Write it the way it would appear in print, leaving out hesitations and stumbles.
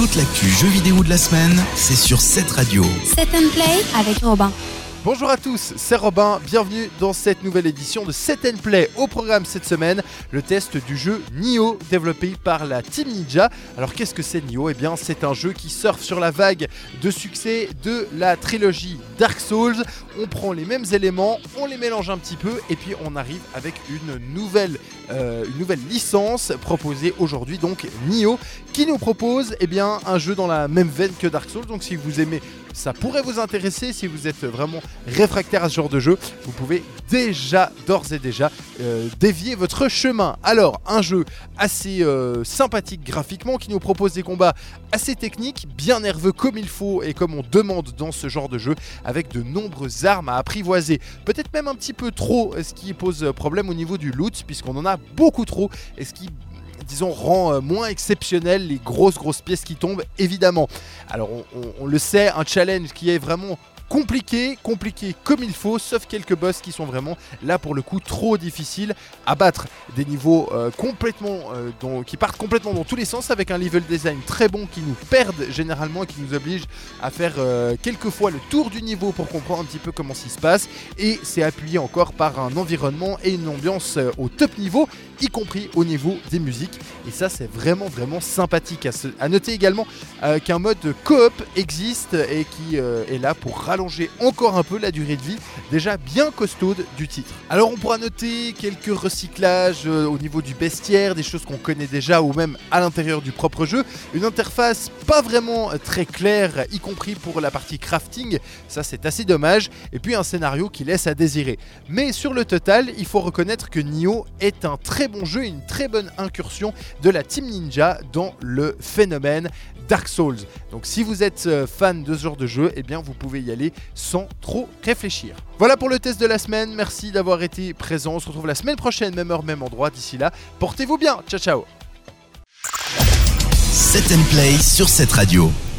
Toute l'actu jeux vidéo de la semaine, c'est sur cette radio. Set and Play avec Robin. Bonjour à tous, c'est Robin, bienvenue dans cette nouvelle édition de Set and Play. Au programme cette semaine, le test du jeu Nioh, développé par la Team Ninja. Alors qu'est-ce que c'est Nioh ? Eh bien c'est un jeu qui surfe sur la vague de succès de la trilogie Dark Souls. On prend les mêmes éléments, on les mélange un petit peu et puis on arrive avec une nouvelle licence proposée aujourd'hui, donc Nioh, qui nous propose un jeu dans la même veine que Dark Souls. Donc si vous aimez, ça pourrait vous intéresser. Si vous êtes vraiment réfractaire à ce genre de jeu, vous pouvez d'ores et déjà dévier votre chemin. Alors, un jeu assez sympathique graphiquement, qui nous propose des combats assez techniques, bien nerveux comme il faut et comme on demande dans ce genre de jeu, avec de nombreuses armes à apprivoiser. Peut-être même un petit peu trop, ce qui pose problème au niveau du loot, puisqu'on en a beaucoup trop, et ce qui rend moins exceptionnel les grosses pièces qui tombent, évidemment. Alors on le sait, un challenge qui est vraiment compliqué comme il faut, sauf quelques boss qui sont vraiment là pour le coup trop difficiles à battre. Des niveaux qui partent complètement dans tous les sens, avec un level design très bon qui nous perdent généralement et qui nous oblige à faire quelques fois le tour du niveau pour comprendre un petit peu comment ça se passe. Et c'est appuyé encore par un environnement et une ambiance au top niveau, y compris au niveau des musiques. Et ça c'est vraiment sympathique. À noter également qu'un mode coop existe et qui est là pour rallonger encore un peu la durée de vie déjà bien costaude du titre. Alors on pourra noter quelques recyclages au niveau du bestiaire, des choses qu'on connaît déjà ou même à l'intérieur du propre jeu. Une interface pas vraiment très claire, y compris pour la partie crafting, ça c'est assez dommage. Et puis un scénario qui laisse à désirer. Mais sur le total, il faut reconnaître que Nioh est un très bon jeu, une très bonne incursion de la Team Ninja dans le phénomène Dark Souls. Donc si vous êtes fan de ce genre de jeu, vous pouvez y aller sans trop réfléchir. Voilà pour le test de la semaine, merci d'avoir été présent. On se retrouve la semaine prochaine, même heure, même endroit. D'ici là, portez-vous bien, ciao. Set and Play sur cette radio.